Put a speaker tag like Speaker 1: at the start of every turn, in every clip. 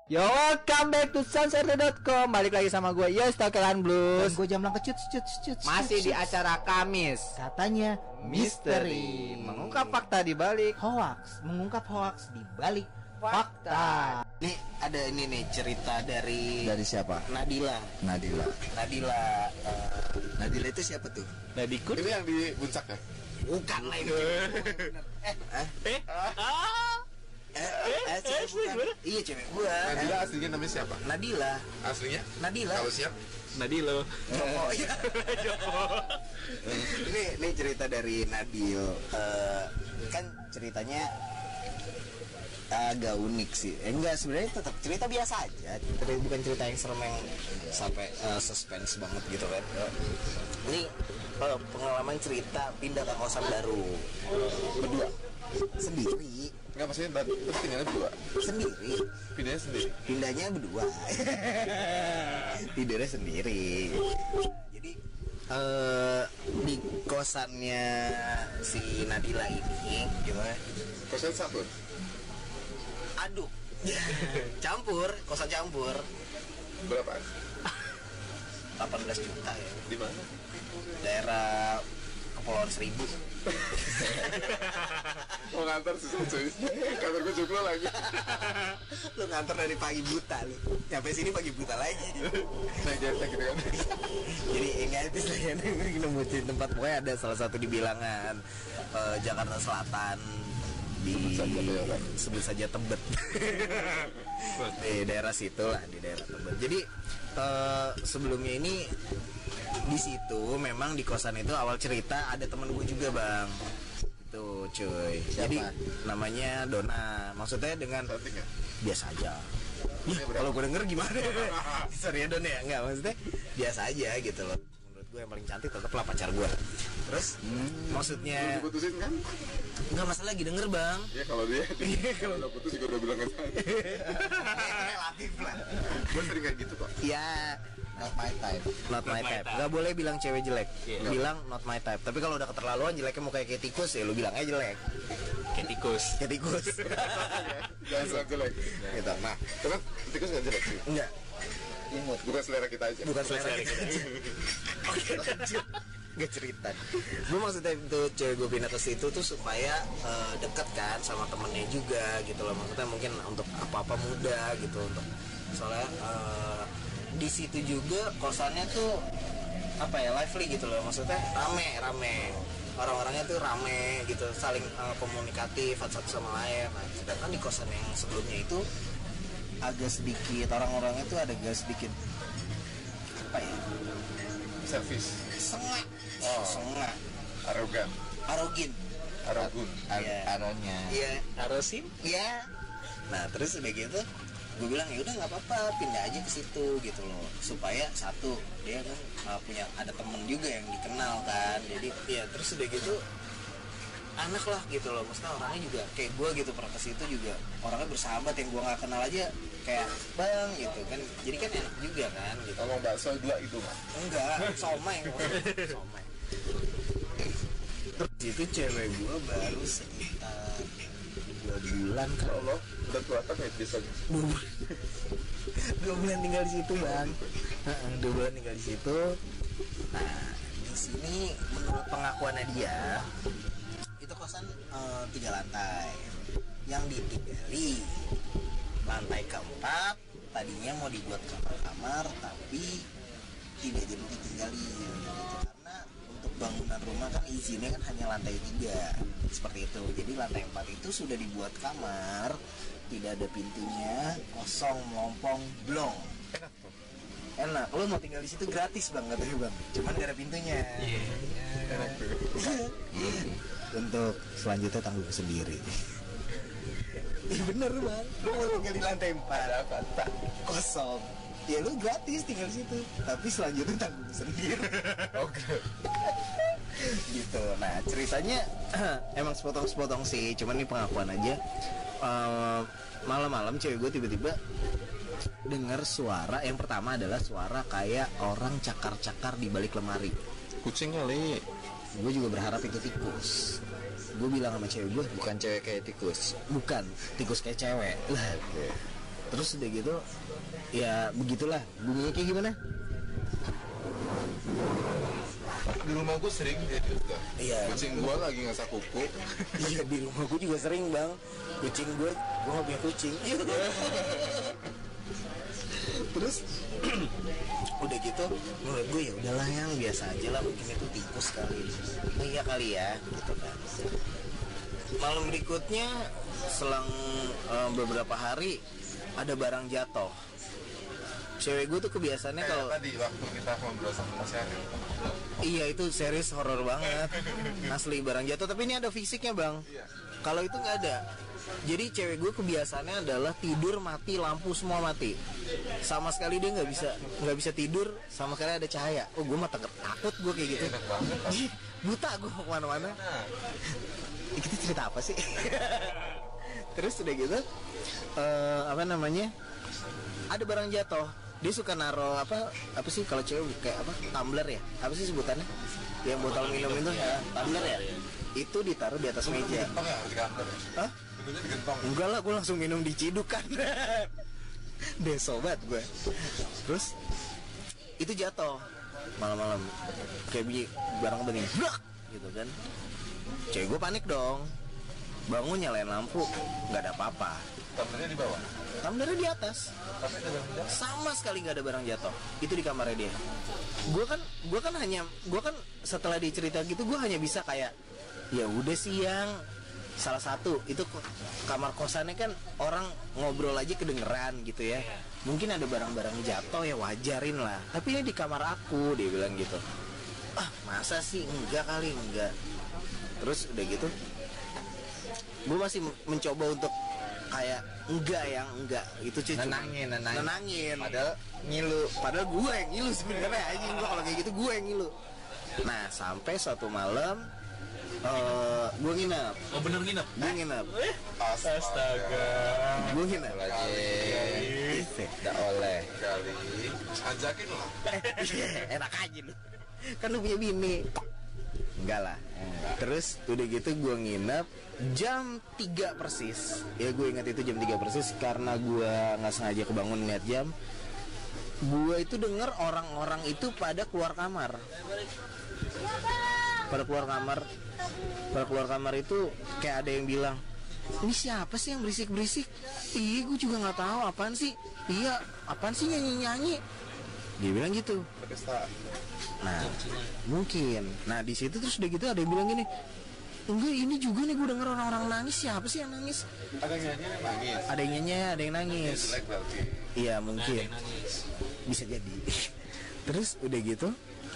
Speaker 1: Yo, welcome back to sunset.com. Balik lagi sama gue Yos Tokelan Blues.
Speaker 2: Dan gue Jamlang Kecut.
Speaker 1: Masih di acara Kamis.
Speaker 2: Katanya
Speaker 1: Misteri mengungkap fakta di balik
Speaker 2: hoax, mengungkap hoax di balik fakta.
Speaker 3: Nih ada ini nih cerita dari
Speaker 4: siapa?
Speaker 3: Nadila.
Speaker 4: Nadila
Speaker 3: Itu siapa tuh?
Speaker 1: Nadikun.
Speaker 4: Ini yang di puncak ya?
Speaker 3: Bukan lah itu. Cewek bukan. Iya cewek gua.
Speaker 4: Nadila aslinya namanya siapa?
Speaker 3: Nadila.
Speaker 4: Aslinya?
Speaker 3: Nadila.
Speaker 4: Kalau siap?
Speaker 1: Nadilo.
Speaker 3: Oh iya. Ini cerita dari Nadil. Kan ceritanya agak unik sih. Enggak, sebenarnya tetap cerita biasa aja. Bukan cerita yang serem yang sampai suspense banget gitu kan. Ini pengalaman cerita pindah ke kosan baru berdua sendiri.
Speaker 4: Enggak, maksudnya terus tinggalnya berdua?
Speaker 3: Sendiri.
Speaker 4: Pindahnya sendiri?
Speaker 3: Pindahnya berdua. Tidurnya sendiri. Jadi di kosannya si Nadila ini gimana?
Speaker 4: Kosan satu?
Speaker 3: Aduh. Campur, kosan campur.
Speaker 4: Berapaan?
Speaker 3: 18 juta ya.
Speaker 4: Di mana?
Speaker 3: Daerah Kepulauan Seribu.
Speaker 4: Mau ngantar susah cuy. Kantor gue jomblo lagi.
Speaker 3: Lu ngantor dari pagi buta lu. Sampai sini pagi buta lagi.
Speaker 4: Naik jasa gitu kan.
Speaker 3: Jadi enggak habis lah ya nemuin tempat. Pokoknya ada salah satu di bilangan Jakarta Selatan di sebut saja Tebet. Di daerah situ lah, di daerah Tebet. Jadi sebelumnya ini di situ memang di kosan itu awal cerita ada temen gue juga bang. Itu cuy.
Speaker 4: Siapa?
Speaker 3: Jadi namanya Dona. Maksudnya dengan
Speaker 4: Cantik ya?
Speaker 3: biasa aja. Ya, kalau gue denger gimana? Sorry ya Don ya, enggak maksudnya biasa aja gitu loh. Menurut gue yang paling cantik tetaplah pacar gue. Terus maksudnya
Speaker 4: Belum diputusin kan?
Speaker 3: enggak masalah lagi denger bang.
Speaker 4: Ya kalau dia kalau udah putus juga udah bilang ke saya.
Speaker 3: Relatif lah.
Speaker 4: Gue sering kayak gitu kok.
Speaker 3: Ya
Speaker 4: Not my type.
Speaker 3: not my type. Gak boleh bilang cewek jelek. Bilang not my type. Tapi kalau udah keterlaluan jeleknya mau kayak tikus ya lu bilang aja jelek.
Speaker 1: Kayak tikus.
Speaker 3: Kayak tikus.
Speaker 4: Jangan bilang jelek.
Speaker 3: Gitu. Nah,
Speaker 4: Karena tikus gak jelek sih.
Speaker 3: enggak. Imut.
Speaker 4: Bukan selera kita aja.
Speaker 3: Bukan selera kita. Oke, lanjut. Gak cerita. Gue maksudnya itu cewek gue pindah ke situ tuh supaya deket kan sama temennya juga gitu loh. Maksudnya mungkin untuk apa-apa muda gitu untuk soalnya di situ juga kosannya tuh apa ya lively gitu loh. Maksudnya rame orang-orangnya tuh rame gitu, saling komunikatif satu sama lain. Nah, sedangkan di kosan yang sebelumnya itu agak sedikit orang-orangnya tuh agak sedikit apa ya?
Speaker 4: Servis.
Speaker 3: Sengak.
Speaker 4: Oh.
Speaker 3: Sengak.
Speaker 4: Arogan.
Speaker 3: Arogin.
Speaker 4: Arogun.
Speaker 3: Iya.
Speaker 4: Aronya.
Speaker 3: Iya.
Speaker 1: Arosin?
Speaker 3: Iya. Nah terus udah gitu, gue bilang ya udah nggak apa-apa, pindah aja ke situ gitu loh, supaya satu dia kan punya ada temen juga yang dikenal kan, jadi ya terus udah gitu anak lah gitu loh, maksudnya orangnya juga kayak gue gitu, pernah ke situ juga orangnya bersahabat yang gue nggak kenal aja kayak bang gitu kan, jadi kan enak juga kan gitu.
Speaker 4: Ngomong bakso dua itu mah.
Speaker 3: Enggak, somai. Terus itu cewek gue baru sekitar 2 bulan kan.
Speaker 4: Allah, udah kelihatan kayak biasanya.
Speaker 3: 2 bulan tinggal di situ bang. 2 bulan tinggal di situ. Nah di sini menurut pengakuannya dia itu kosan 3 lantai. Yang ditinggali lantai keempat, tadinya mau dibuat kamar-kamar tapi tidak jadi ditinggali gitu. Karena untuk bangunan rumah kan izinnya kan hanya lantai 3 seperti itu. Jadi lantai 4 itu sudah dibuat kamar, tidak ada pintunya, kosong, melompong, blong. Enak, lo mau tinggal di situ gratis bang, katanya bang. Cuman gak ada pintunya.
Speaker 4: Enak tuh.
Speaker 3: Untuk selanjutnya tanggung sendiri. Iya bener bang, lo mau tinggal di lantai 4 kosong, ya lu gratis tinggal di situ, tapi selanjutnya tanggung sendiri.
Speaker 4: Oke.
Speaker 3: Gitu. Nah ceritanya emang sepotong-sepotong sih, cuman ini pengakuan aja. Malam-malam cewek gue tiba-tiba dengar suara. Yang pertama adalah suara kayak orang cakar-cakar di balik lemari.
Speaker 4: Kucing kali.
Speaker 3: Gue juga berharap itu tikus. Gue bilang sama cewek gue,
Speaker 4: Bukan cewek kayak tikus.
Speaker 3: bukan tikus kayak cewek lah. Terus terus udah gitu ya begitulah bunyinya kayak gimana.
Speaker 4: Di rumah gue sering kayak gitu.
Speaker 3: Iya.
Speaker 4: Kucing gue lagi ngasah kuku.
Speaker 3: Iya, di rumah gue juga sering bang. Kucing gue nggak punya kucing. Terus udah gitu menurut gue ya udahlah yang biasa aja lah, mungkin itu tikus kali. Iya kali ya gitu kan. Malam berikutnya selang beberapa hari ada barang jatuh. Cewek gue tuh kebiasaannya kalau
Speaker 4: tadi waktu kita ngobrol sama Mas Syarif.
Speaker 3: iya itu series horor banget. Asli barang jatuh, tapi ini ada fisiknya bang.
Speaker 4: Iya.
Speaker 3: Kalau itu nggak ada. Jadi cewek gue kebiasaannya adalah tidur mati, lampu semua mati. Sama sekali dia nggak bisa tidur sama sekali ada cahaya. Oh gue mah takut gue kayak gitu.
Speaker 4: Enak banget.
Speaker 3: Buta gue mau kemana-mana.
Speaker 4: Nah,
Speaker 3: Kita cerita apa sih? Terus udah gitu apa namanya? Ada barang jatuh. Dia suka naro apa sih kalau cewek kayak apa? Tumbler ya? Apa sih sebutannya? Yang botol minum itu ya, tumbler ya? Itu ditaruh di atas meja.
Speaker 4: digentong ya di kantor ya?
Speaker 3: Hah?
Speaker 4: Bentuknya digentong.
Speaker 3: Enggak lah, gue langsung minum di cidukan. Deh sobat gue. Terus itu jatuh malam-malam kayak biji barang begini, brak gitu kan. Cewek gue panik dong. Bangun nyalain lampu, nggak ada apa-apa.
Speaker 4: Tumblernya di bawah.
Speaker 3: Tumblernya di atas.
Speaker 4: Tapi ada barang jatuh.
Speaker 3: Sama sekali nggak ada barang jatuh. Itu di kamarnya dia. Gue kan setelah dicerita gitu gue hanya bisa kayak ya udah sih yang salah satu itu kamar kosannya kan orang ngobrol aja kedengeran gitu ya. Mungkin ada barang-barang jatuh ya wajarin lah. Tapi ini di kamar aku dia bilang gitu. Ah masa sih enggak kali enggak. Terus udah gitu gue masih mencoba untuk kayak enggak itu cuy
Speaker 1: Nenangin.
Speaker 3: padahal gue yang ngilu sebenarnya anjing. Gue kalau kayak gitu gue yang ngilu. Nah sampai suatu malam gue nginep.
Speaker 2: Oh bener nginep?
Speaker 3: Gue nginep.
Speaker 4: Astaga.
Speaker 3: Gue nginep.
Speaker 1: Tidak oleh.
Speaker 4: Kali ajakin lah.
Speaker 3: Enak aja lu. Kan lu punya bini. Enggak lah. Terus udah gitu gue nginep jam 3 persis. Ya gue ingat itu jam 3 persis karena gue nggak sengaja kebangun ngeliat jam. Gue itu denger orang-orang itu pada keluar kamar. Pada keluar kamar itu kayak ada yang bilang, ini siapa sih yang berisik-berisik? Iya gue juga nggak tahu apaan sih. Iya apaan sih nyanyi-nyanyi? Dia bilang gitu.
Speaker 4: Pesta.
Speaker 3: Nah mungkin. Nah di situ terus udah gitu ada yang bilang gini, enggak ini juga nih gue denger orang-orang nangis. Siapa sih yang nangis?
Speaker 4: Ada yang nyanyi yang nangis.
Speaker 3: Ada yang nyanyi, ada yang nangis.
Speaker 4: Jelek berarti.
Speaker 3: Iya mungkin. Bisa jadi. Terus udah gitu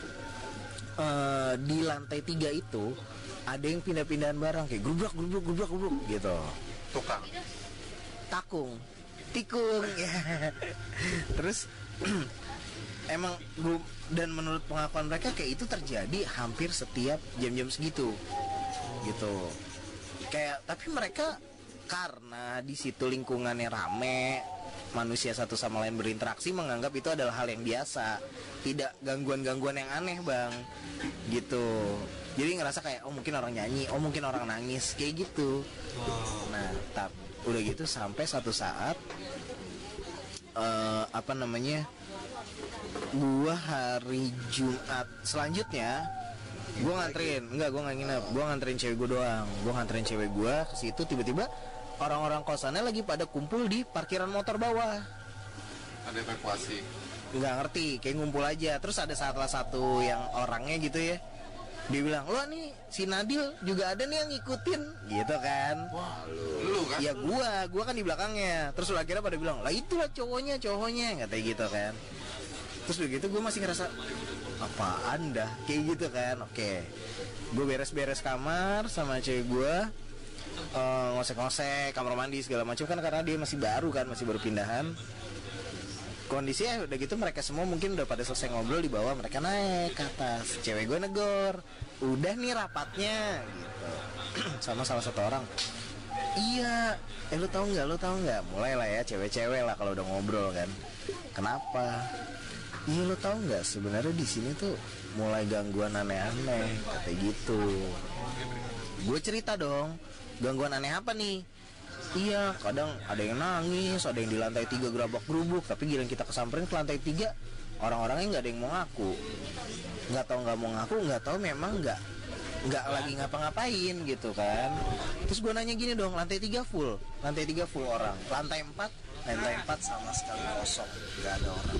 Speaker 3: di lantai 3 itu ada yang pindah-pindahan barang kayak grubrak gitu.
Speaker 4: Tukang.
Speaker 3: Takung, tikung ya. Terus emang gue dan menurut pengakuan mereka kayak itu terjadi hampir setiap jam-jam segitu gitu. Kayak tapi mereka karena di situ lingkungannya rame, manusia satu sama lain berinteraksi, menganggap itu adalah hal yang biasa, tidak gangguan-gangguan yang aneh bang gitu. Jadi ngerasa kayak oh mungkin orang nyanyi, oh mungkin orang nangis kayak gitu. Nah udah gitu sampai satu saat apa namanya, gua hari Jumat selanjutnya gua nganterin, enggak gua nggak nginep, gua nganterin cewek gua doang. Gua nganterin cewek gua ke situ, tiba-tiba orang-orang kosannya lagi pada kumpul di parkiran motor bawah.
Speaker 4: Ada evakuasi.
Speaker 3: Nggak ngerti, kayak ngumpul aja. Terus ada salah satu yang orangnya gitu ya, dia bilang, lo nih si Nadil juga ada nih yang ngikutin gitu kan.
Speaker 4: Wah, lu kan?
Speaker 3: Ya gua kan di belakangnya. Terus akhirnya pada bilang, lah itulah cowoknya katanya gitu kan. Terus begitu gue masih ngerasa apaan dah kayak gitu kan. Oke, gue beres-beres kamar sama cewek gue, ngosek-ngosek kamar mandi segala macam kan, karena dia masih baru kan, masih baru pindahan. Kondisinya udah gitu mereka semua mungkin udah pada selesai ngobrol di bawah, mereka naik ke atas. Cewek gue negor, udah nih rapatnya gitu. Sama salah satu orang, iya lu tahu nggak mulai lah ya cewek-cewek lah kalau udah ngobrol kan. Kenapa? Iya lo tahu nggak sebenarnya di sini tuh mulai gangguan aneh-aneh kayak gitu. Gue cerita dong, gangguan aneh apa nih? Iya, kadang ada yang nangis, ada yang di lantai 3 gerabak gerubuk. Tapi giliran kita kesamperin ke lantai 3, orang-orangnya nggak ada yang mau ngaku. Nggak mau ngaku, nggak tahu memang nggak lagi ngapa-ngapain gitu kan. Terus gue nanya gini dong, lantai 3 full orang, lantai 4 sama sekali kosong, nggak ada orang.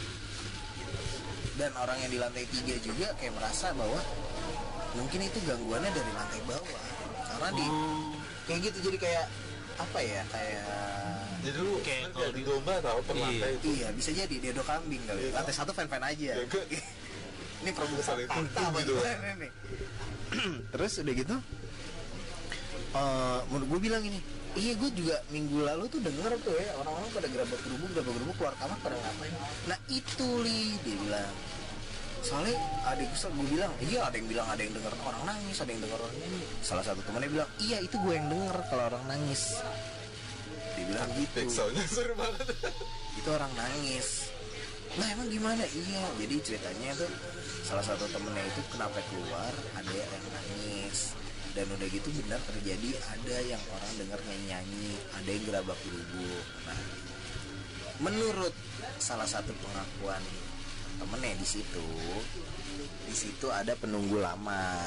Speaker 3: Dan orang yang di lantai 3 juga kayak merasa bahwa mungkin itu gangguannya dari lantai bawah, karena di kayak gitu, jadi kayak apa ya, kayak
Speaker 4: Jadi lu
Speaker 2: Kayak
Speaker 4: kayak di domba tau per lantai itu.
Speaker 3: iya bisa jadi dedo kambing kali. Lantai 1 fan-fan aja. Ini perbuatan
Speaker 4: Saling
Speaker 3: fakta apa
Speaker 4: gitu.
Speaker 3: gimana nih? Terus udah gitu, menurut gue bilang ini, iya gue juga minggu lalu tuh denger tuh ya orang-orang pada gerabak gerubuk keluar kamar pada ngapain. Nah itu dia bilang. Soalnya adik gue bilang, iya ada yang bilang ada yang denger orang nangis, ada yang denger orang nyanyi. Salah satu temannya bilang, iya itu gue yang denger kalau orang nangis. Dia bilang gitu.
Speaker 4: Pixelnya seru banget.
Speaker 3: Itu orang nangis. Nah emang gimana? Iya, jadi ceritanya tuh salah satu temennya itu kenapa keluar, ada yang nangis. Dan udah gitu benar terjadi, ada yang orang dengar nyanyi, ada yang gerabak gerubuk. Nah, menurut salah satu pengakuan temennya di situ ada penunggu lama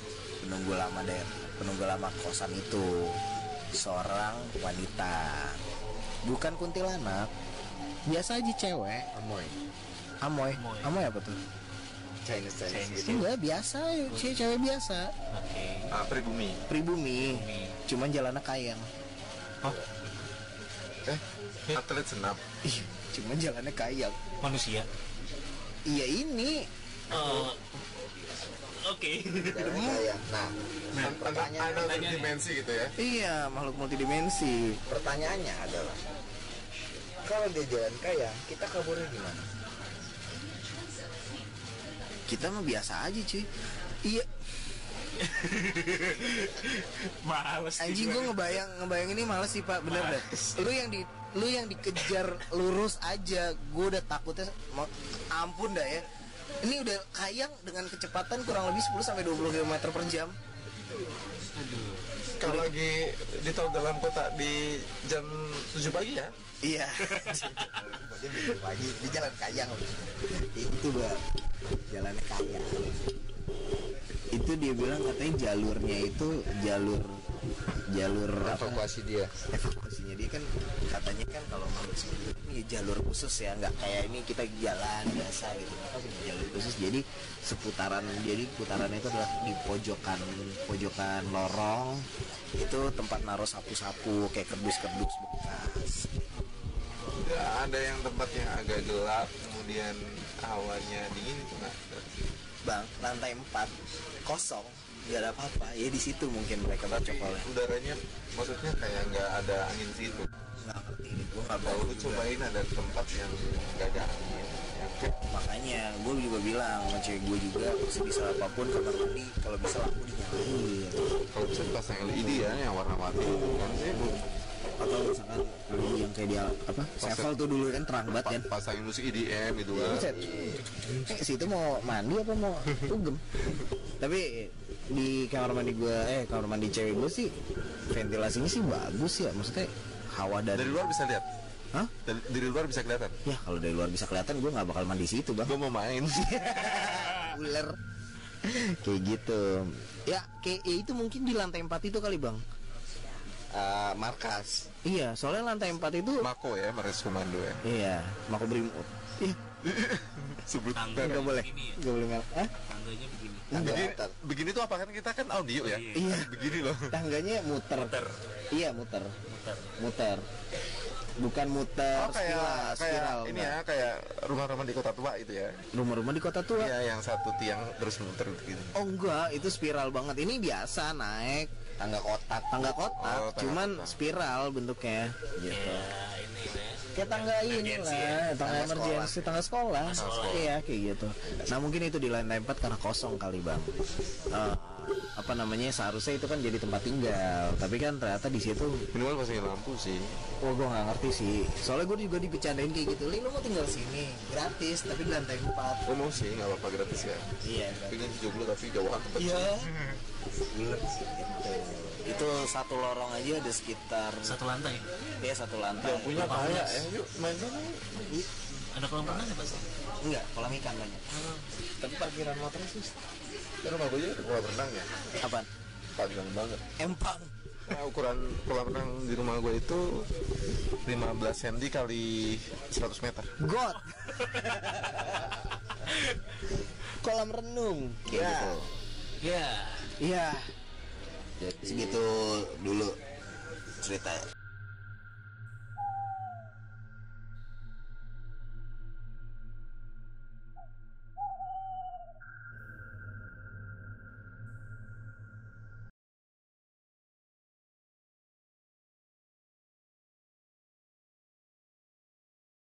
Speaker 3: kosan itu, seorang wanita, bukan kuntilanak, biasa aja cewek. Amoy apa tuh?
Speaker 2: Chinese.
Speaker 3: Enggak, biasa, cewek biasa.
Speaker 2: Oke.
Speaker 3: Pribumi. Cuman jalannya kayang.
Speaker 4: Atlet senam.
Speaker 3: Iya, cuman jalannya kayang.
Speaker 2: Manusia.
Speaker 3: Iya ini.
Speaker 2: Oke.
Speaker 3: Jalannya kayang. Nah,
Speaker 4: Ada dimensi gitu ya.
Speaker 3: iya, makhluk multidimensi.
Speaker 5: Pertanyaannya adalah, kalau dia jalan kayang, kita kaburnya gimana?
Speaker 3: Kita mah biasa aja cuy. Iya,
Speaker 2: Males.
Speaker 3: anjing gue ngebayang ini males sih Pak, bener dah. Lu yang dikejar lurus aja, gue udah takutnya, ampun dah ya. Ini udah kayang dengan kecepatan kurang lebih 10 sampai 20 km per jam.
Speaker 4: Kalau lagi di tol dalam kota di jam 7 pagi ya.
Speaker 3: Iya.
Speaker 5: Dia lagi di jalan kayang.
Speaker 3: Itu Bang, jalannya kayang. Itu dia bilang katanya jalurnya itu jalur
Speaker 5: Evakuasi dia.
Speaker 3: evakuasinya dia kan katanya kan kalau menurut seperti ini jalur khusus ya, nggak kayak ini kita jalan biasa gitu, mereka punya jalur khusus. Jadi putarannya itu adalah di pojokan lorong itu tempat naruh sapu-sapu kayak kerdus-kerdus bekas.
Speaker 4: Ya, ada yang tempat yang agak gelap, kemudian hawanya dingin itu nggak?
Speaker 3: Bang, lantai 4 kosong, nggak ada apa-apa ya, di situ mungkin mereka
Speaker 4: Tapi
Speaker 3: bercokolnya.
Speaker 4: udaranya maksudnya kayak nggak ada angin situ.
Speaker 3: Nggak ngerti ini, gue nggak
Speaker 4: Kalau
Speaker 3: tahu
Speaker 4: lu
Speaker 3: juga.
Speaker 4: cobain ada tempat yang nggak ada angin, yang kayak
Speaker 3: Makanya gue juga bilang sama cewek gue juga, sebisa apapun kamar mandi kalau bisa lampu dinyalain.
Speaker 4: kalau bisa pasang LED ya yang warna-warni kan sih.
Speaker 3: Atau misalkan yang kayak dia apa, Sevel tuh dulu kan terang banget kan.
Speaker 4: Pasangin musik EDM gitu kan.
Speaker 3: Buset. Situ mau mandi apa mau tugem? Tapi di kamar mandi cewek gue sih ventilasinya sih bagus ya, maksudnya hawa
Speaker 4: Dari luar bisa lihat.
Speaker 3: Hah?
Speaker 4: Dari luar bisa kelihatan.
Speaker 3: Ya kalau dari luar bisa kelihatan, gue nggak bakal mandi situ Bang.
Speaker 4: Gue mau main.
Speaker 3: Ular. Kayak gitu. Ya kayak ya itu mungkin di lantai 4 itu kali Bang.
Speaker 5: Markas.
Speaker 3: Iya, soalnya lantai 4 itu
Speaker 4: Mako ya, Mares Komando ya.
Speaker 3: iya, Mako Brimob. Iya,
Speaker 4: Sebut
Speaker 2: Tangga
Speaker 3: nggak boleh.
Speaker 2: begini ya.
Speaker 3: Nggak boleh
Speaker 2: Tangganya begini.
Speaker 4: begini, begini tuh apa kan kita kan audio ya.
Speaker 3: Iya.
Speaker 4: Begini loh.
Speaker 3: Tangganya muter. Iya, muter. Bukan muter
Speaker 4: Oh kayak
Speaker 3: spiral.
Speaker 4: ini
Speaker 3: enggak.
Speaker 4: ya, kayak rumah-rumah di kota tua itu ya.
Speaker 3: Rumah-rumah di kota tua.
Speaker 4: Iya, yang satu tiang terus muter gitu.
Speaker 3: Oh enggak, itu spiral banget. Ini biasa naik
Speaker 5: Tangga kotak.
Speaker 3: tangga kotak,
Speaker 4: Oh, tangga
Speaker 3: cuman
Speaker 4: kotak.
Speaker 3: spiral bentuknya. Gitu.
Speaker 2: Ya, ini ya.
Speaker 3: Kayak tangga ini
Speaker 2: Emergency
Speaker 3: lah,
Speaker 2: ya.
Speaker 3: tangga emergency, tangga sekolah.
Speaker 2: sekolah.
Speaker 3: Iya, kayak gitu. Nah, mungkin itu di lantai 4 karena kosong kali, Bang. Apa namanya? Seharusnya itu kan jadi tempat tinggal, tapi kan ternyata di situ
Speaker 4: Minimal pasangin lampu sih.
Speaker 3: oh, gue nggak ngerti sih. Soalnya gue juga dibecandain kayak gitu. Li, lu mau tinggal sini gratis, tapi di lantai 4.
Speaker 4: Oh mau sih, nggak apa-apa gratis ya.
Speaker 3: Iya.
Speaker 4: Pengen 70 tapi jauhan tempat.
Speaker 3: Iya. Bulat sih gitu. Itu satu lorong aja ada sekitar
Speaker 2: Satu lantai.
Speaker 3: ya satu lantai.
Speaker 4: Yang punya kaya yuk main sana.
Speaker 2: Ada kolam renang ya pasti.
Speaker 3: Enggak, kolam ikan banyak.
Speaker 4: Tapi parkiran motor sih. Kan rumah gue juga ada kolam renang ya.
Speaker 3: Apaan?
Speaker 4: Panjang banget.
Speaker 3: Empang.
Speaker 4: Nah, ukuran kolam renang di rumah gue itu 15 cm kali 100 meter.
Speaker 3: God. Kolam renung. Kayak gitu.
Speaker 2: Ya.
Speaker 3: Iya. Segitu dulu cerita